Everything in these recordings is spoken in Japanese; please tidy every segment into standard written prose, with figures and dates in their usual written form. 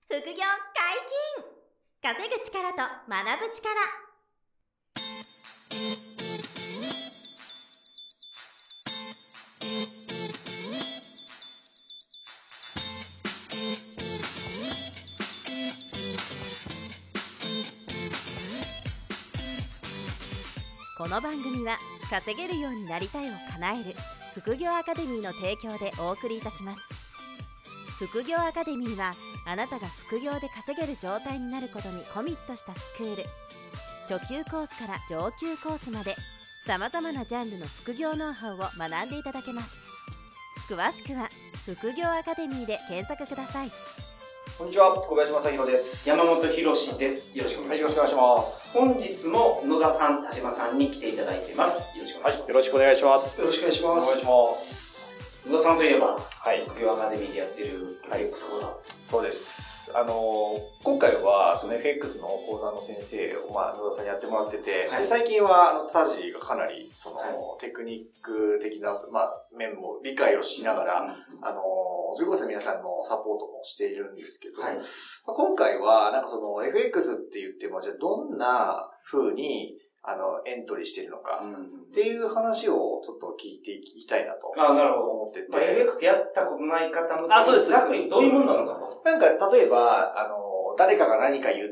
副業解禁、稼ぐ力と学ぶ力。この番組は稼げるようになりたいを叶える副業アカデミーの提供でお送りいたします。副業アカデミーはあなたが副業で稼げる状態になることにコミットしたスクール。初級コースから上級コースまでさまざまなジャンルの副業ノウハウを学んでいただけます。詳しくは副業アカデミーで検索ください。 こんにちは、小林正弘です。 山本博です。よろしくお願いします。 よろしくお願いします。 本日も野田さん、田島さんに来ていただいてます。よろしくお願いします。 よろしくお願いします。 よろしくお願いします。 お願いします。 野田さんといえば、 はい。 副業アカデミーでやってる FX 講座。 そうです。今回はその FX の講座の先生を、野田さんにやってもらってて、 はい、 最近はタジがかなりはい、 テクニック的な、面も理解をしながら、受講生の皆さんのサポートもしているんですけど、 はい、 今回はFX って言っても、じゃあどんな風にエントリーしているのかっていう話をちょっと聞いていきたいなとなるほど思ってて。 FX やったことない方も、 そうです。 ざっくりどういうものなのかと。 例えば、誰かが何か言って、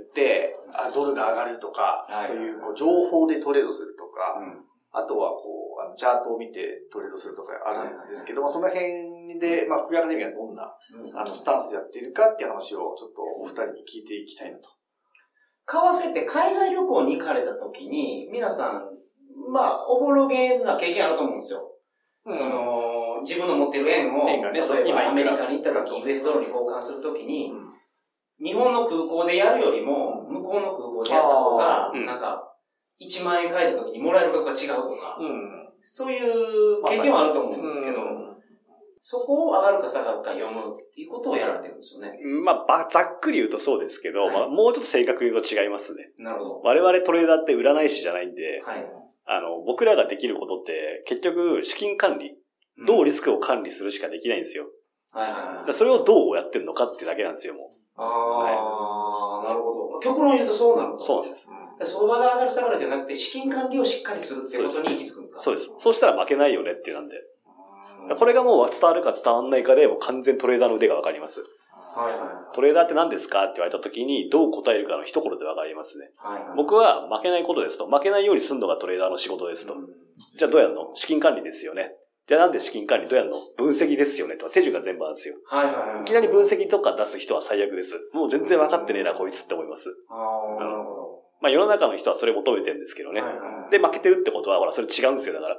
ドルが上がるとか、そういう情報でトレードするとか、あとはチャートを見てトレードするとかあるんですけど、その辺で、副業アカデミーがどんな、スタンスでやっているかっていう話をちょっとお二人に聞いていきたいなと。 為替って海外旅行に行かれた時に、皆さん、おぼろげな経験あると思うんですよ。自分の持ってる円を、例えばアメリカに行った時、US ドルに交換する時に、日本の空港でやるよりも、向こうの空港でやった方が、1万円返った時にもらえる額が違うとか、そういう経験はあると思うんですけど、そこを上がるか下がるか読むっていうことをやられてるんですよね。 ざっくり言うとそうですけど、もうちょっと正確に言うと違いますね。 なるほど。 我々トレーダーって占い師じゃないんで、 はい、 僕らができることって結局資金管理、どうリスクを管理するしかできないんですよ。それをどうやってるのかっていうだけなんですよ、もう。 なるほど。極論言うとそうなると。 そうなんです。 相場が上がる下がるじゃなくて、資金管理をしっかりするっていうことに行き着くんですか？ そうです。そうしたら負けないよねっていうなんで。これがもう伝わるか伝わんないかで、もう完全トレーダーの腕がわかります。トレーダーって何ですかって言われた時に、どう答えるかの一言でわかりますね。僕は負けないことですと。負けないようにするのがトレーダーの仕事ですと。じゃあどうやるの？資金管理ですよね。じゃあなんで資金管理どうやるの？分析ですよねと。手順が全部あるんですよ。いきなり分析とか出す人は最悪です。もう全然分かってねえな、こいつって思います。世の中の人はそれ求めてるんですけどね。で、負けてるってことは、ほら、それ違うんですよ、だから。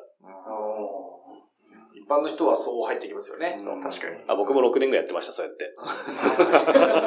一般の人はそう入ってきますよね。 確かに。僕も6年ぐらいやってました、そうやって。 なるほどね。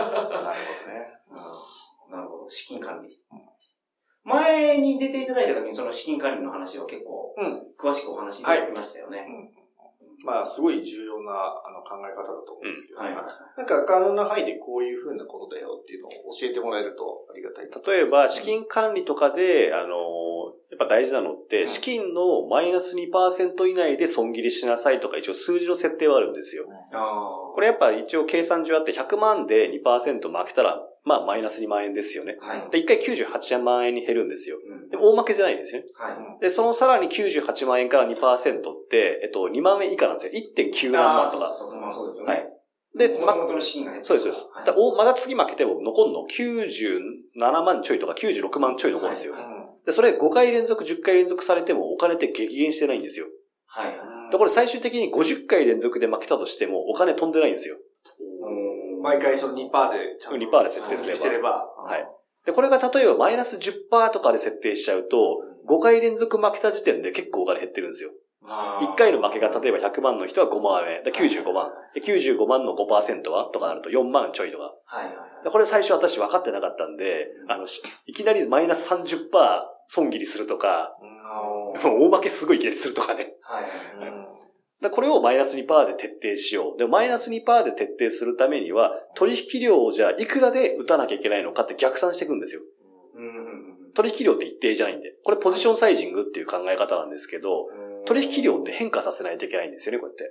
なるほど。資金管理。前に出ていただいた時にその資金管理の話を結構、詳しくお話しいただきましたよね。 すごい重要な考え方だと思うんですけど、可能な範囲でこういう風なことだよっていうのを教えてもらえるとありがたい。 例えば、資金管理とかで、やっぱ大事なのって、資金のマイナス 2% 以内で損切りしなさいとか一応数字の設定はあるんですよ。これやっぱ一応計算上あって100万で 2% 負けたら、マイナス2万円ですよね。で、1回98万円に減るんですよ。でも大負けじゃないんですよね。で、そのさらに98万円から 2% って、2万円以下なんですよ。1.97 万とか。 そうですよね。 で、 元の資金が減ってそうです。まだ次負けても残るの97万ちょいとか96万ちょい残るんですよ。で、それ5回連続、10回連続されてもお金って激減してないんですよ。で、これ最終的に50回連続で負けたとしてもお金飛んでないんですよ。 毎回その 2% でちゃんと 2%で設定してれば。 で、これが例えばマイナス 10% とかで設定しちゃうと、5回連続負けた時点で結構お金減ってるんですよ。1回の負けが例えば100万の人は5万円。で、95万。で、95万の 5% はとかなると4万ちょいとか。で、これ最初私分かってなかったんで、いきなりマイナス 30% 損切りするとか、もう大負けすごいいきなりするとかね。これをマイナス 2% で徹底しよう。で、マイナス 2% で徹底するためには、取引量をじゃあいくらで打たなきゃいけないのかって逆算していくんですよ。取引量って一定じゃないんで。これポジションサイジングっていう考え方なんですけど、取引量って変化させないといけないんですよね、こうやって。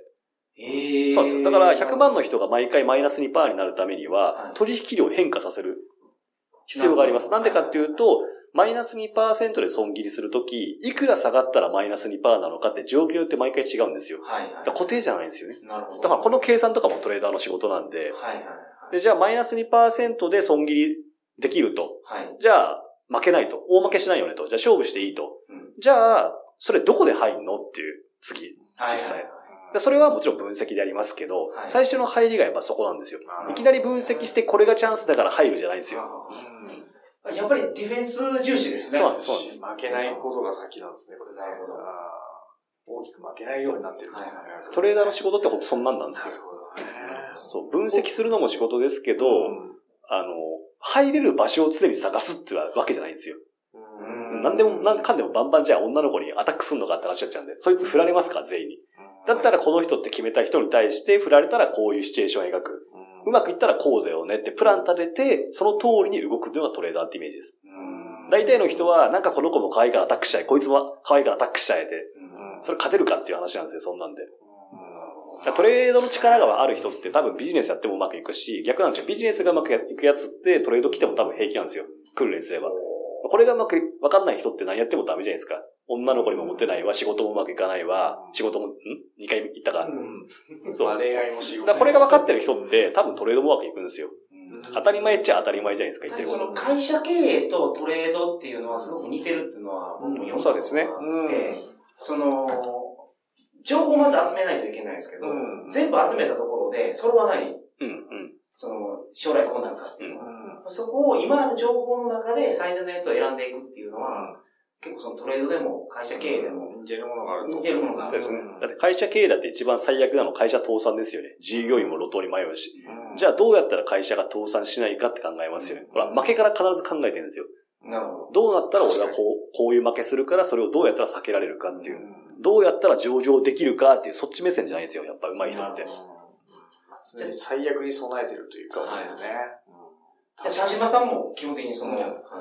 そうなんですよ。だから100万の人が毎回マイナス 2% になるためには、取引量を変化させる必要があります。なんでかっていうと、マイナス 2% で損切りするとき、いくら下がったらマイナス 2% なのかって状況によって毎回違うんですよ。固定じゃないんですよね。 なるほど。 だからこの計算とかもトレーダーの仕事なんで、でじゃあマイナス 2% で損切りできると。じゃあ負けないと。大負けしないよねと。じゃあ勝負していいと。じゃあ、それどこで入んのっていう、次、実際。それはもちろん分析でありますけど、最初の入りがやっぱそこなんですよ。いきなり分析してこれがチャンスだから入るじゃないんですよ。 やっぱりディフェンス重視ですね。 そうです。負けないことが先なんですね、これね。なるほど。大きく負けないようになってると。 トレーダーの仕事ってほんとそんなんなんですよ。そう、分析するのも仕事ですけど、入れる場所を常に探すってわけじゃないんですよ。なんでかんでもバンバンじゃあ女の子にアタックすんのかって話になっちゃうんで、そいつ振られますから、全員に。だったらこの人って決めた人に対して振られたらこういうシチュエーションを描く。うまくいったらこうだよねってプラン立てて、その通りに動くというのがトレーダーってイメージです。大体の人は、なんかこの子も可愛いからアタックしちゃえ、こいつも可愛いからアタックしちゃえて、それ勝てるかっていう話なんですよ、そんなんで。トレードの力がある人って多分ビジネスやってもうまくいくし、逆なんですよ。ビジネスがうまくいくやつってトレード来ても多分平気なんですよ。来る練すれば。これがうまくわかんない人って何やってもダメじゃないですか。女の子にもモテないわ、仕事もうまくいかないわ、仕事も、2回行ったか。 そう。恋愛も仕事。 だからこれが分かってる人って多分トレードもうまくいくんですよ。当たり前っちゃ当たり前じゃないですか、言ってること。 その会社経営とトレードっていうのはすごく似てるっていうのは僕も読んだことがあって、その、情報をまず集めないといけないんですけど、全部集めたところで揃わない。その、将来こうなるかっていうのは。そこを今ある情報の中で最善のやつを選んでいくっていうのは、結構そのトレードでも会社経営でも似てるものがあると。 似てるものがある。 ですね。だって会社経営だって一番最悪なの会社倒産ですよね。従業員も路頭に迷うし。じゃあどうやったら会社が倒産しないかって考えますよね。ほら、負けから必ず考えてるんですよ。 なるほど。 どうなったら俺はこういう負けするからそれをどうやったら避けられるかっていう。どうやったら上場できるかっていう、そっち目線じゃないんですよ。やっぱ上手い人って。 常に最悪に備えてるというか。そうですね。 じゃあ、田島さんも基本的にその感じです。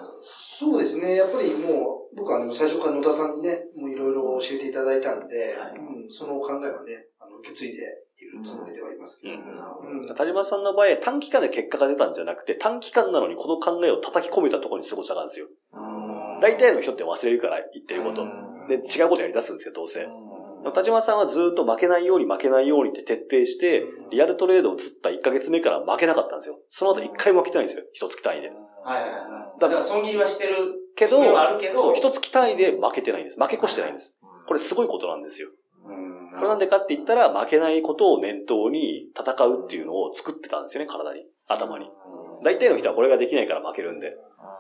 そうですね。やっぱりもう、僕は最初から野田さんにね、もういろいろ教えていただいたんで、その考えはね、受け継いでいるつもりではいますけど。 田島さんの場合、短期間で結果が出たんじゃなくて、短期間なのにこの考えを叩き込めたところに凄さがあるんですよ。大体の人って忘れるから言ってること。で、違うことやり出すんですよ、どうせ。田島さんはずっと負けないようにって徹底して、リアルトレードを移った1ヶ月目から負けなかったんですよ。その後1回も負けてないんですよ。1月単位で。 だから損切りはしてるけど、1月単位で負けてないんです。負け越してないんです。これすごいことなんですよ。これなんでかって言ったら、負けないことを念頭に戦うっていうのを作ってたんですよね、体に。頭に。大体の人はこれができないから負けるんで。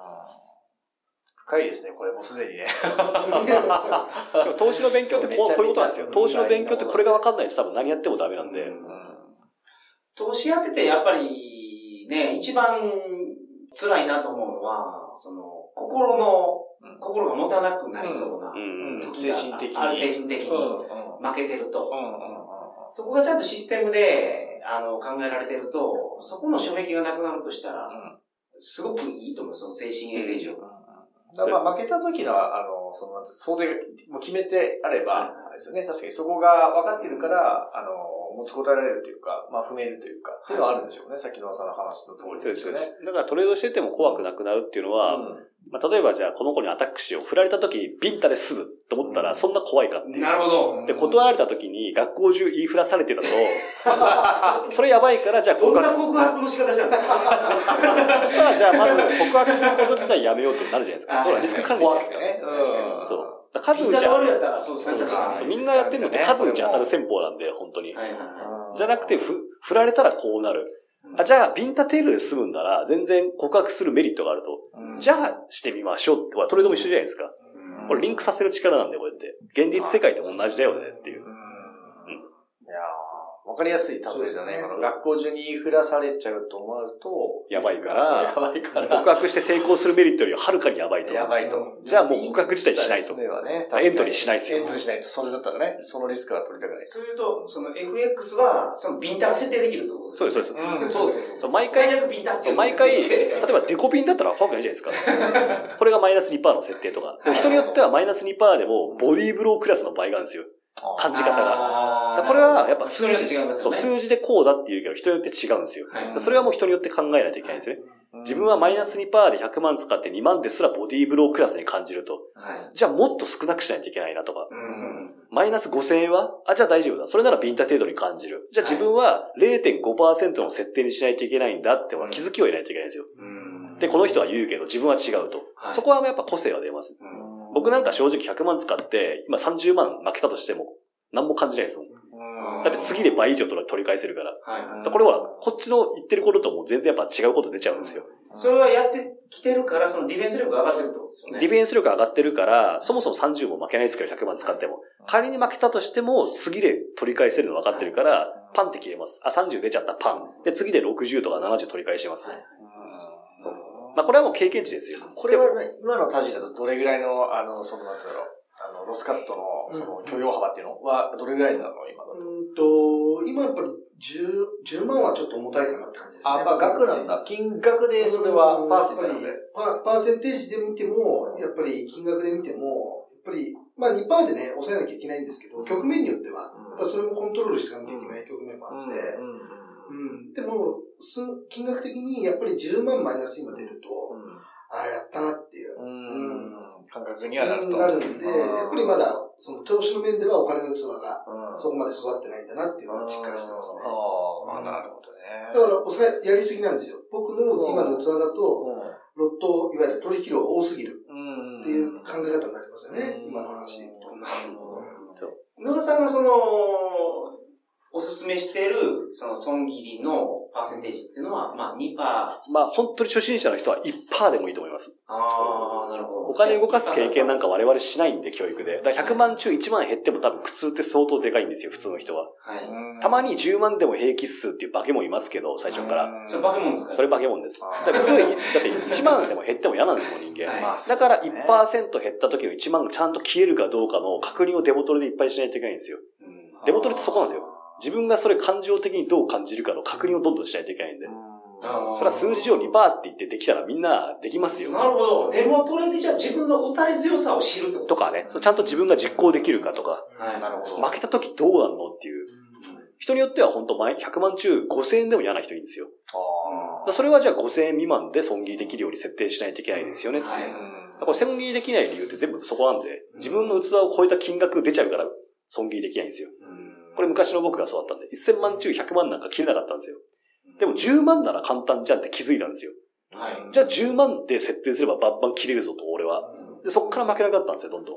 深いですね、これもうすでにね。 投資の勉強ってこういうことなんですよ。投資の勉強ってこれが分かんないと多分何やってもダメなんで。 投資やっててやっぱりね、一番辛いなと思うのは、その、心が持たなくなりそうな。 精神的に。 精神的に負けてると。そこがちゃんとシステムで考えられてると、そこの障壁がなくなるとしたら、すごくいいと思う、その精神衛生上。 まあ負けた時の、想定が決めてあれば、ですよね。確かにそこが分かってるから、持ちこたえられるというか、まあ踏めるというか、っていうのはあるんでしょうね。さっきのその話の通りですよね。 だからトレードしてても怖くなくなるっていうのは、まあ例えばじゃあこの子にアタックしよう。振られた時にビンタで済むと思ったら、そんな怖いかっていう。 なるほど。 で、断られた時に学校中言いふらされてたと、それやばいから、じゃあどんな告白の仕方したんですか？ そしたらじゃあまず告白すること自体やめようってなるじゃないですか。リスク管理ですからね。そう。数打ち当たる。みんなやってるのって数打ち当たる戦法なんで、本当に。じゃなくて、振られたらこうなる。じゃあ、ビンタ程度で済むんなら、全然告白するメリットがあると。じゃあ、してみましょうって。トレードも一緒じゃないですか。これリンクさせる力なんで、こうやって。現実世界と同じだよねっていう。 いやー、わかりやすい例えだね。学校中に言いふらされちゃうと思うと、 やばいから、告白して成功するメリットよりはるかにやばいと。 やばいと。 じゃあもう告白自体しないと。エントリーしないですよ。 エントリーしないと。それだったらね、そのリスクは取りたくない。 そういうと、その FX は、そのビンタが設定できるってことですか？そうです、 そうです。 毎回、例えばデコピンだったら怖くないじゃないですか。これがマイナス 2% の設定とか。でも人によってはマイナス 2% でもボディーブロークラスの場合があるんですよ。 感じ方が。これはやっぱ数字違いますよね。 そう、数字でこうだっていうけど人によって違うんですよ。それはもう人によって考えないといけないんですよね。自分はマイナス 2% で100万使って2万ですらボディーブロークラスに感じると。じゃあもっと少なくしないといけないなとか。マイナス5000円はじゃあ大丈夫だ。それならビンタ程度に感じる。じゃあ自分は 0.5% の設定にしないといけないんだって気づきを得ないといけないんですよ。で、この人は言うけど自分は違うと。そこはやっぱ個性は出ます。僕なんか正直100万使って今30万負けたとしても何も感じないですもん。だって次で倍以上取り返せるから。これはこっちの言ってることとも全然やっぱ違うこと出ちゃうんですよ。 それはやってきてるから、そのディフェンス力が上がってるってことですよね。 ディフェンス力が上がってるから、そもそも30も負けないですけど、100万使っても。仮に負けたとしても、次で取り返せるの分かってるから、パンって切れます。30出ちゃったパン。で、次で60とか70取り返します。そう。まあ、これはもう経験値ですよ。 これはね、今のタジだとどれぐらいの、なんていうんだろう、ロスカットの、許容幅っていうのは、どれぐらいなの今だと。 今やっぱり10万はちょっと重たいかなって感じですね。 額なんだ。金額でそれはパーセンテージで。 パーセンテージで見ても、やっぱり金額で見ても、やっぱり、まあ 2% でね、抑えなきゃいけないんですけど、局面によっては、やっぱそれもコントロールしていかなきゃいけない局面もあって、でも、金額的にやっぱり10万マイナス今出ると、やったなっていう。 感覚にはなると。 なるんで、やっぱりまだ、その投資の面ではお金の器が、そこまで育ってないんだなっていうのは実感してますね。 なるほどね。 だから、やりすぎなんですよ。僕の今の器だと、ロット、いわゆる取引量が多すぎるっていう考え方になりますよね。今の話で言うと。 野田さんがおすすめしている、損切りのパーセンテージっていうのは、まあ 2%。 まあ本当に初心者の人は 1% でもいいと思います。 なるほど。 お金動かす経験なんか我々しないんで、教育で。だから100万中1万減っても多分苦痛って相当でかいんですよ、普通の人は。たまに10万でも平気っすっていう化け物いますけど、最初から。 それ化け物ですか？ それ化け物です。だって1万でも減っても嫌なんですもん、人間。だから 1% 減った時の1万がちゃんと消えるかどうかの確認をデモトレでいっぱいしないといけないんですよ。デモトレってそこなんですよ。自分がそれ感情的にどう感じるかの確認をどんどんしないといけないんで。それは数字上 2% って言ってできたらみんなできますよ。 なるほど。デモトレでじゃあ自分の打たれ強さを知るってこととかね。ちゃんと自分が実行できるかとか。 なるほど。 負けた時どうなんのっていう。人によっては本当100万中5000円でも嫌な人いるんですよ。それはじゃあ5000円未満で損切りできるように設定しないといけないですよねっていう。これ損切りできない理由って全部そこなんで、自分の器を超えた金額出ちゃうから損切りできないんですよ。これ昔の僕がそうだったんで、1000万中100万なんか切れなかったんですよ。でも10万なら簡単じゃんって気づいたんですよ。じゃあ10万で設定すればバンバン切れるぞと、俺は。で、そっから負けなかったんですよ、どんどん。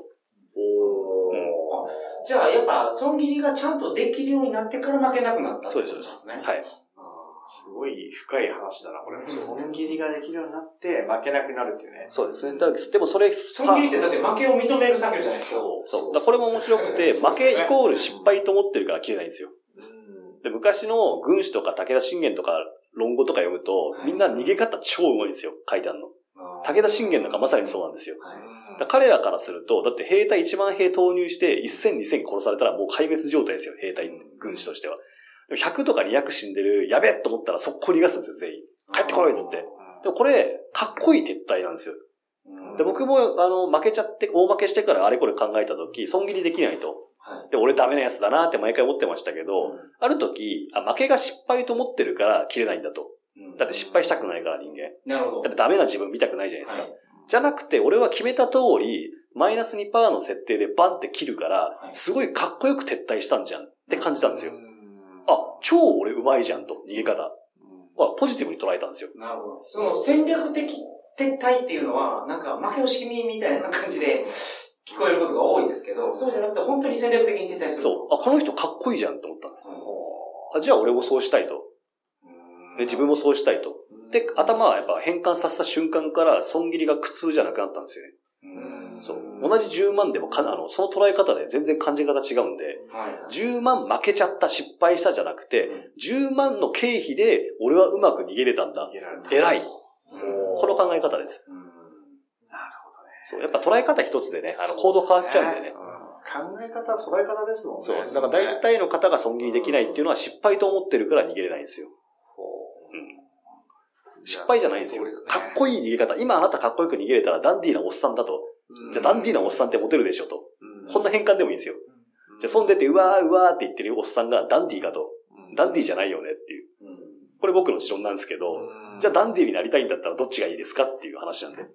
じゃあやっぱ損切りがちゃんとできるようになってから負けなくなったってことですね。 はい。 すごい深い話だな、これ。損切りができるようになって負けなくなるっていうね。 そうですね。でもそれ、 損切りってだって負けを認める作業じゃないですか。 そう。これも面白くて、負けイコール失敗と思ってるから切れないんですよ。で、昔の軍師とか武田信玄とか論語とか読むと、みんな逃げ方超上手いんですよ、書いてあるの。武田信玄なんかまさにそうなんですよ。彼らからすると、だって兵隊1万兵投入して1000、2000殺されたらもう壊滅状態ですよ、兵隊、軍師としては。100とか200死んでる、やべえと思ったら速攻逃がすんですよ、全員。帰ってこいっつって。でもこれ、かっこいい撤退なんですよ。で、僕も、負けちゃって、大負けしてからあれこれ考えたとき、損切りできないと。で、俺ダメなやつだなって毎回思ってましたけど、あるとき、負けが失敗と思ってるから切れないんだと。だって失敗したくないから人間。 なるほど。 だってダメな自分見たくないじゃないですか。じゃなくて、俺は決めた通り、マイナス 2% の設定でバンって切るから、すごいかっこよく撤退したんじゃんって感じたんですよ。超俺上手いじゃんと、逃げ方。ポジティブに捉えたんですよ。 なるほど。その戦略的撤退っていうのは、なんか負け惜しみみたいな感じで聞こえることが多いですけど、そうじゃなくて本当に戦略的に撤退する。 そう。この人かっこいいじゃんって思ったんです。じゃあ俺もそうしたいと。自分もそうしたいと。で、頭はやっぱ変換させた瞬間から損切りが苦痛じゃなくなったんですよね。そう。同じ10万でもその捉え方で全然感じ方違うんで、10万負けちゃった失敗したじゃなくて、10万の経費で俺はうまく逃げれたんだ。偉い。この考え方です。 なるほどね。 そう。やっぱ捉え方一つでね、行動変わっちゃうんでね。 考え方、捉え方ですもんね。 そう。だから大体の方が損切りできないっていうのは失敗と思ってるから逃げれないんですよ。失敗じゃないんですよ。かっこいい逃げ方。今あなたかっこよく逃げれたらダンディーなおっさんだと。じゃあダンディーなおっさんってモテるでしょと。こんな変換でもいいんですよ。 じゃあ損出てうわーうわーって言ってるおっさんがダンディーかと。ダンディーじゃないよねっていう。これ僕の持論なんですけど、じゃあダンディーになりたいんだったらどっちがいいですかっていう話なんで。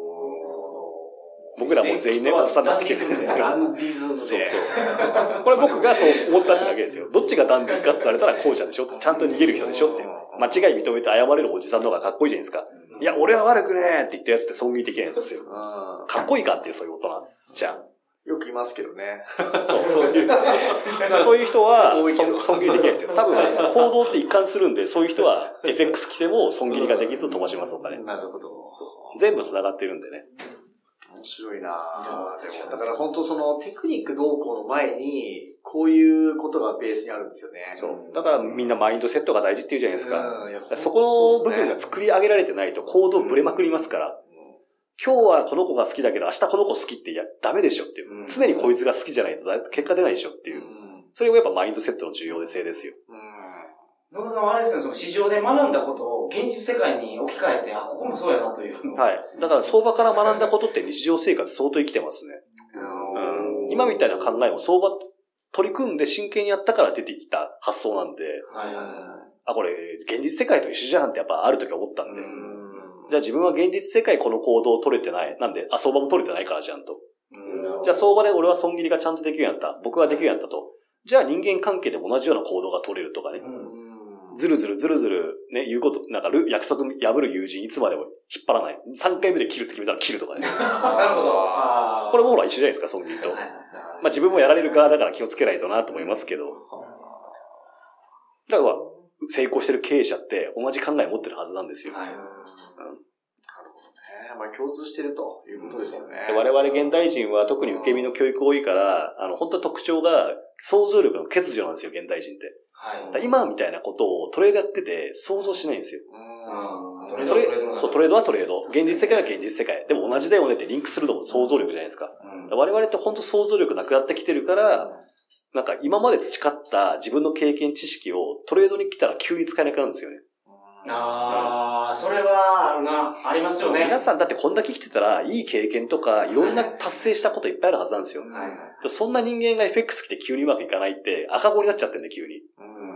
僕らもう全員ね、おっさんになってきてるんで。 ダンディズムで。 そう。これ僕がそう思ったってだけですよ。どっちがダンディーかって言われたら後者でしょって。ちゃんと逃げる人でしょっていう。間違い認めて謝れるおじさんの方がかっこいいじゃないですか。いや、俺は悪くねーって言ったやつって損切りできないやつですよ。かっこいいかっていうそういう大人。じゃあ。 よくいますけどね。 そういう人は損切りできないですよ。多分、行動って一貫するんで、そういう人は FX 来ても損切りができず飛ばしますお金。 なるほど。 全部繋がってるんでね。 面白いなぁ。だから本当そのテクニック動向の前に、こういうことがベースにあるんですよね。 そう。だからみんなマインドセットが大事って言うじゃないですか。そこの部分が作り上げられてないと行動ブレまくりますから。今日はこの子が好きだけど明日この子好きってダメでしょっていう。常にこいつが好きじゃないと結果出ないでしょっていう。それもやっぱマインドセットの重要性ですよ。 野田さんはあれですね、その市場で学んだことを現実世界に置き換えて、ここもそうやなというの。 はい。だから相場から学んだことって日常生活相当生きてますね。今みたいな考えも相場取り組んで真剣にやったから出てきた発想なんで、これ現実世界と一緒じゃんってやっぱある時思ったんで。じゃあ自分は現実世界この行動を取れてない。なんで、相場も取れてないからちゃんと。じゃあ相場で俺は損切りがちゃんとできるようになった。僕はできるようになったと。じゃあ人間関係で同じような行動が取れるとかね。ずるずるね、言うこと、なんか約束破る友人いつまでも引っ張らない。3回目で切るって決めたら切るとかね。 なるほど。 これもほら一緒じゃないですか、損切りと。自分もやられる側だから気をつけないとなと思いますけど。だから成功してる経営者って同じ考えを持ってるはずなんですよ。なるほどね。共通してるということですよね。 我々現代人は特に受け身の教育多いから、本当特徴が想像力の欠如なんですよ、現代人って。今みたいなことをトレードやってて想像しないんですよ。トレードはトレード。現実世界は現実世界。でも同じだよねってリンクするのも想像力じゃないですか。我々って本当想像力なくなってきてるから、なんか今まで培った自分の経験知識をトレードに来たら急に使えなくなるんですよね。 それはあるな。ありますよね。 皆さんだってこんだけ来てたらいい経験とかいろんな達成したこといっぱいあるはずなんですよ。そんな人間が FX 来て急にうまくいかないって赤子になっちゃってるんで急に。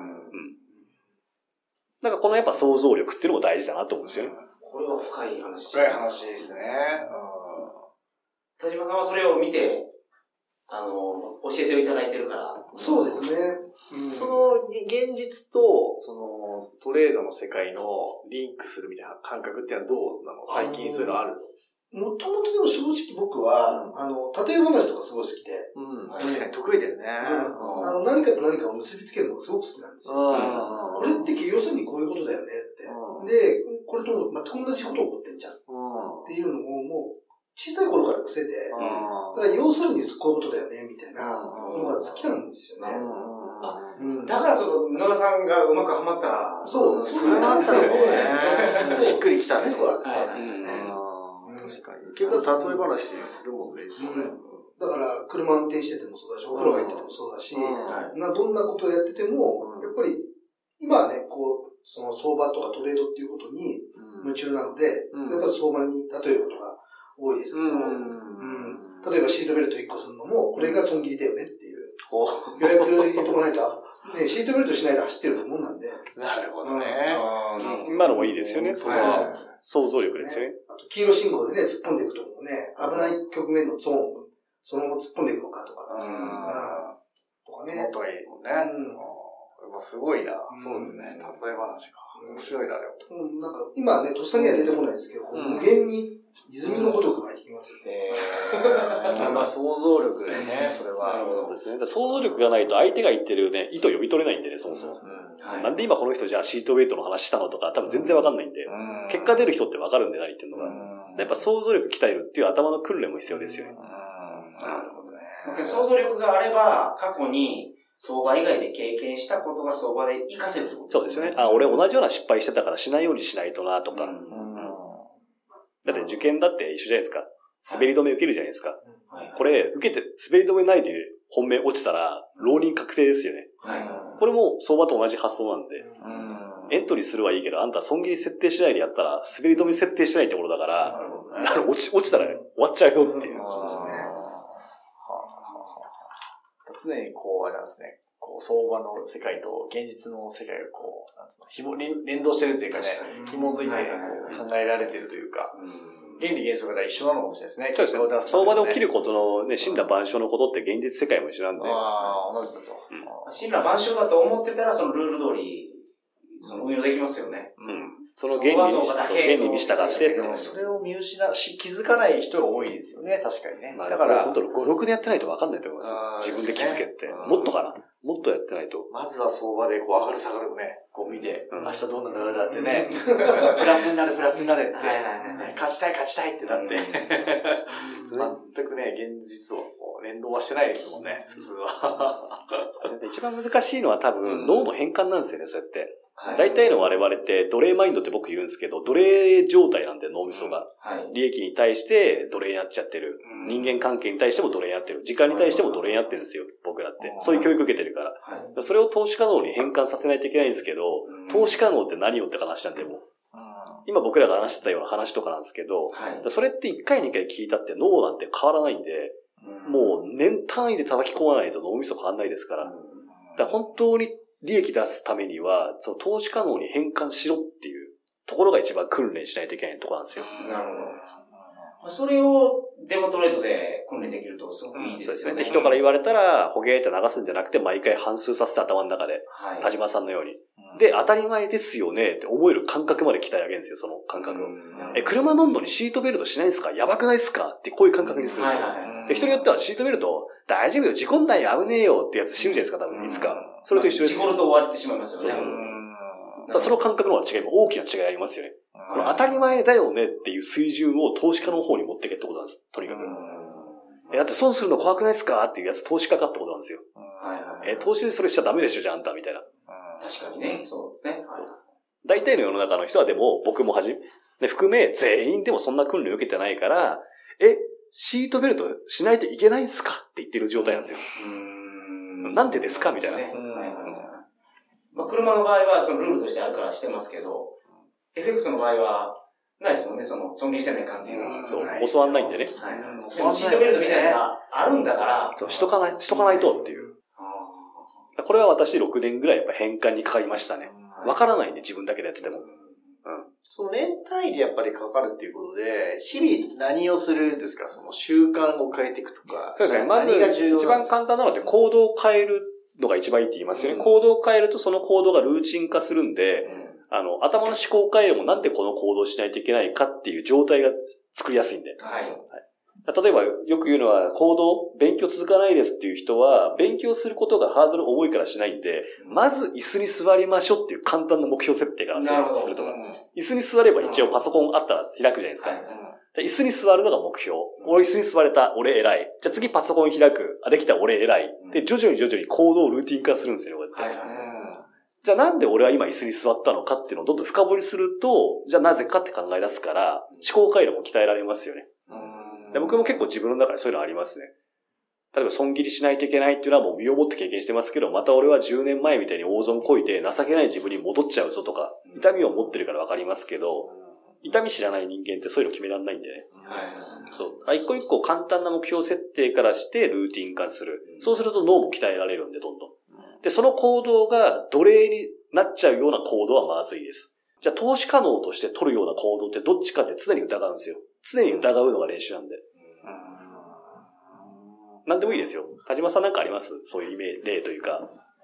だからこのやっぱ想像力っていうのも大事だなと思うんですよね。 これは深い話。 深い話ですね。 田島さんはそれを見て、教えていただいてるから。 そうですね。 その現実と、そのトレードの世界のリンクするみたいな感覚っていうのはどうなの？最近そういうのあるの？ もともとでも正直僕は、例え話とかすごい好きで。 確かに得意だよね。 何かと何かを結びつけるのがすごく好きなんですよ。これって要するにこういうことだよねって。で、これと同じこと起こってんじゃん。っていうのをもう小さい頃から癖で、だから要するにこういうことだよねみたいなのが好きなんですよね。 だから野田さんがうまくハマったら、 そういう感じでしっくりきたね。 よくあったんですよね。 確かに。結構例え話するもんね。 だから、車運転しててもそうだし、お風呂入っててもそうだし、どんなことをやってても、やっぱり、今はね、その相場とかトレードっていうことに夢中なので、やっぱり相場に例えることが多いですけど、例えばシートベルト1個するのも、これが損切りだよねっていう。予約入れてこないと、ね、シートベルトしないで走ってるもんなんで。 なるほどね。 今のもいいですよね。想像力ですよね。 あと、黄色信号でね、突っ込んでいくともね、危ない局面のゾーンをそのまま突っ込んでいくのかとか。とかね。 もっといいもんね。すごいな。そうだね。例え話か。面白いな、でも。 なんか、今ね、とっさには出てこないですけど、無限に泉のごとく湧いてきますよね。 想像力でね、それは。 そうですね。想像力がないと相手が言ってるね、意図読み取れないんでね、そもそも。なんで今この人じゃあシートウェイトの話したのとか多分全然わかんないんで、結果出る人ってわかるんで何言ってんのが。やっぱ想像力鍛えるっていう頭の訓練も必要ですよね。 なるほどね。 想像力があれば、過去に相場以外で経験したことが相場で活かせるってことですね。 そうですよね。俺同じような失敗してたからしないようにしないとなとか。だって受験だって一緒じゃないですか。滑り止め受けるじゃないですか。これ、受けて滑り止めないで本命落ちたら、浪人確定ですよね。これも相場と同じ発想なんで。エントリーするはいいけど、あんた損切り設定しないでやったら、滑り止め設定してないってことだから、落ちたら終わっちゃうよっていう。そうですね。 常にこう、あれなんですね、こう、相場の世界と現実の世界がこう、なんつうの、連動してるというかね、紐づいて考えられてるというか、原理原則が一緒なのかもしれないですね。 そうですね。相場で起きることのね、神羅万象のことって現実世界も一緒なんで。 ああ、同じだと。 神羅万象だと思ってたら、そのルール通り、その運用できますよね。 その原理に従って。 それを気づかない人が多いですよね、確かにね。 だから、本当に5、6でやってないと分かんないと思います。自分で気づけって。もっとかな。もっとやってないと。 まずは相場でこう上がる下がるね、こう見て、明日どんな流れだってね、プラスになるって、勝ちたいってなって、全くね、現実を連動はしてないですもんね、普通は。 一番難しいのは多分、脳の変換なんですよね、そうやって。大体の我々って奴隷マインドって僕言うんですけど、奴隷状態なんで脳みそが。利益に対して奴隷になっちゃってる。人間関係に対しても奴隷になってる。時間に対しても奴隷になってるんですよ、僕らって。そういう教育受けてるから。それを投資可能に変換させないといけないんですけど、投資可能って何よって話なんでも。今僕らが話してたような話とかなんですけど、それって1回2回聞いたって脳なんて変わらないんで、もう年単位で叩き込まないと脳みそ変わんないですから。だから本当に利益出すためには、その投資可能に変換しろっていうところが一番訓練しないといけないところなんですよ。 なるほど。それをデモトレードで訓練できるとすごくいいですよね。そうですね。 で、人から言われたら、ほげーって流すんじゃなくて、毎回反数させて頭の中で。田島さんのように。で、当たり前ですよねって思える感覚まで鍛え上げるんですよ、その感覚を。車乗んのにシートベルトしないんですか？やばくないですか？ってこういう感覚にすると。で、人によってはシートベルト大丈夫よ、事故んないよ、危ねえよってやつ死ぬじゃないですか、多分、いつか。それと一緒です。 事故ると終わってしまいますよね。 その感覚の違いも大きな違いありますよね。当たり前だよねっていう水準を投資家の方に持ってけってことなんです、とにかく。だって損するの怖くないですかっていうやつ投資家かってことなんですよ。投資でそれしちゃダメでしょ、じゃああんた、みたいな。 確かにね、そうですね。 大体の世の中の人はでも、僕も含め全員でもそんな訓練を受けてないから、シートベルトしないといけないんすかって言ってる状態なんですよ。なんでですかみたいな。 車の場合はそのルールとしてあるからしてますけど、FX の場合はないですもんね、その損切りせないかんっていうのは。 そう、教わんないんでね。 シートベルトみたいなやつがあるんだから。 そう、しとかないとっていう。これは私6年ぐらいやっぱ変換にかかりましたね。わからないんで自分だけでやってても。 その年単位でやっぱりかかるっていうことで、日々何をするんですか？その習慣を変えていくとか。 そうですね。まず一番簡単なので行動を変えるのが一番いいって言いますよね。行動を変えるとその行動がルーチン化するんで、頭の思考回路もなんでこの行動をしないといけないかっていう状態が作りやすいんで。例えばよく言うのは勉強続かないですっていう人は勉強することがハードル重いからしないんで、まず椅子に座りましょうっていう簡単な目標設定からするとか。椅子に座れば一応パソコンあったら開くじゃないですか。じゃあ椅子に座るのが目標。俺椅子に座れた、俺偉い。じゃあ次パソコン開く。できた、俺偉い。で、徐々に行動をルーティン化するんですよ、こうやって。じゃあなんで俺は今椅子に座ったのかっていうのをどんどん深掘りすると、じゃあなぜかって考え出すから、思考回路も鍛えられますよね。で僕も結構自分の中でそういうのありますね。例えば損切りしないといけないっていうのはもう身をもって経験してますけど、また俺は10年前みたいに大損こいて情けない自分に戻っちゃうぞとか、痛みを持ってるからわかりますけど、痛み知らない人間ってそういうの決められないんでね。そう。一個一個簡単な目標設定からしてルーティン化する。そうすると脳も鍛えられるんで、どんどん。で、その行動が奴隷になっちゃうような行動はまずいです。じゃあ投資可能として取るような行動ってどっちかって常に疑うんですよ。常に疑うのが練習なんで。なんでもいいですよ。田島さんなんかあります？そういう例というか。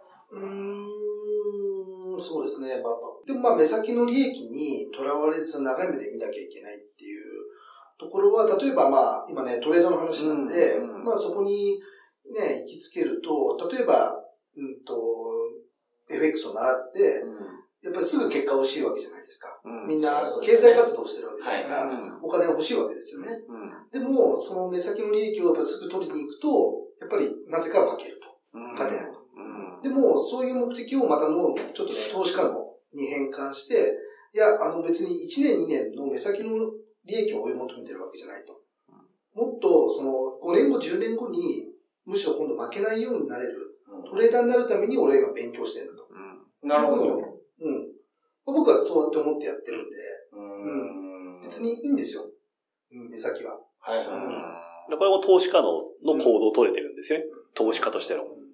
そうですね。でも目先の利益にとらわれず長い目で見なきゃいけないっていうところは、例えば今ね、トレードの話なんで、そこにね、行きつけると、例えば、FX を習って、やっぱりすぐ結果欲しいわけじゃないですか。みんな経済活動をしてるわけですから、お金が欲しいわけですよね。でも、その目先の利益をやっぱりすぐ取りに行くと、やっぱりなぜか負けると。勝てないと。でも、そういう目的をまた脳のちょっとね、投資可能に変換して、いや、別に1年2年の目先の利益を追い求めてるわけじゃないと。もっと、5年後、10年後に、むしろ今度負けないようになれる。トレーダーになるために俺は今勉強してるんだと。 なるほど。 僕はそうやって思ってやってるんで、別にいいんですよ。目先は。 これも投資家の行動を取れてるんですよね。投資家としての。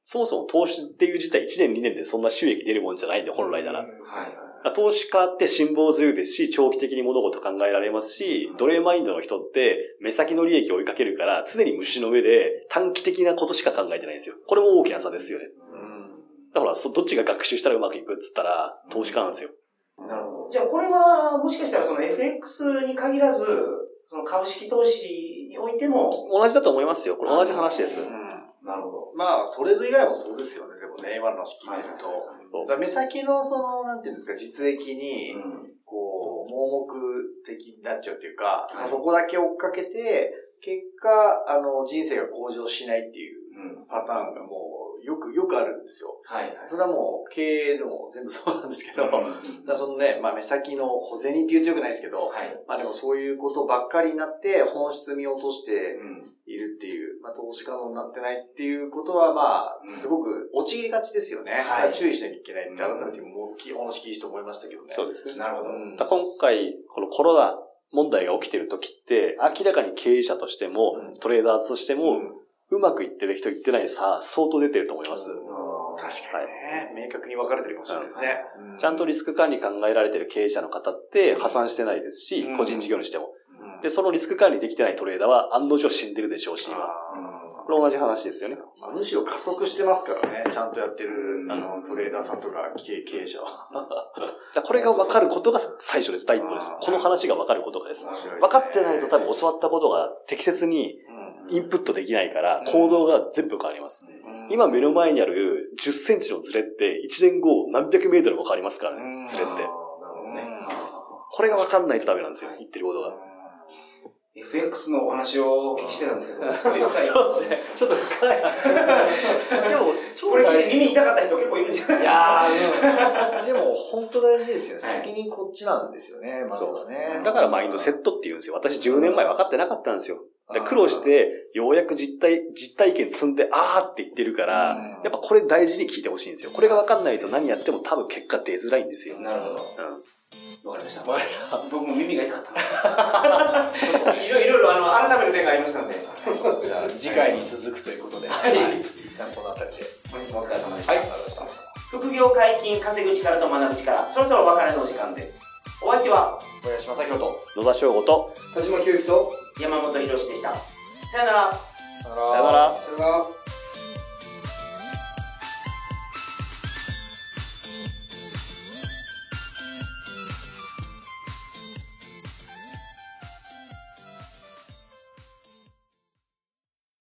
そもそも投資っていう自体1年2年でそんな収益出るもんじゃないんで、本来なら。投資家って辛抱強いですし、長期的に物事考えられますし、奴隷マインドの人って目先の利益を追いかけるから、常に虫の上で短期的なことしか考えてないんですよ。これも大きな差ですよね。だからどっちが学習したらうまくいくっつったら、投資家なんですよ。 なるほど。じゃあこれは、もしかしたらその FX に限らず、その株式投資においても同じだと思いますよ。これ同じ話です。 なるほど。 まあ、トレード以外もそうですよね。でもね、今の話聞いてると。目先のなんていうんですか、実益に、こう、盲目的になっちゃうっていうか、そこだけ追っかけて、結果、人生が向上しないっていうパターンがもう、よくあるんですよ。それはもう、経営の全部そうなんですけど、だからそのね、まあ目先の小銭って言うとよくないですけど、まあでもそういうことばっかりになって、本質見落としているっていう、まあ投資家のになってないっていうことは、まあ、すごく陥りがちですよね。注意しなきゃいけないって改めてもう、お話聞いて思いましたけどね。 そうですね。 なるほど。 今回、このコロナ問題が起きてる時って、明らかに経営者としても、トレーダーとしても、うまくいってる人、いってない差、相当出てると思います。 確かにね、明確に分かれてるかもしれないですね。 ちゃんとリスク管理考えられてる経営者の方って破産してないですし、個人事業にしても。で、そのリスク管理できてないトレーダーは案の定死んでるでしょうし、今。これ同じ話ですよね。 むしろ加速してますからね、ちゃんとやってるトレーダーさんとか経営者は。 これが分かることが最初です、第一歩です。この話が分かることがです。分かってないと多分教わったことが適切にインプットできないから、行動が全部変わります。今目の前にある10センチのズレって1年後何百メートルも変わりますからね、ズレって。これが分かんないとダメなんですよ、言ってることが。 FX のお話をお聞きしてたんですけど、すごい深い。 そうですね。ちょっと深い。でも、 これ聞いて耳痛かった人結構いるんじゃないですか。 いやでも本当大事ですよね。先にこっちなんですよね、まずはね。 だからマインドセットって言うんですよ。私10年前分かってなかったんですよ。苦労して、ようやく実体験積んで、あーって言ってるから、やっぱこれ大事に聞いてほしいんですよ。これが分かんないと何やっても多分結果出づらいんですよ。 なるほど。わかりました。僕も耳が痛かった。いろいろ改める点がありましたので。 じゃあ次回に続くということで。 はい。 一旦この辺りで。 本日もお疲れ様でした。 はい、ありがとうございました。 副業解禁、稼ぐ力と学ぶ力、そろそろお別れのお時間です。お相手は、 小林正宏と野田翔吾と田島清之と山本博史でした。さよなら。 さよなら。 さよなら。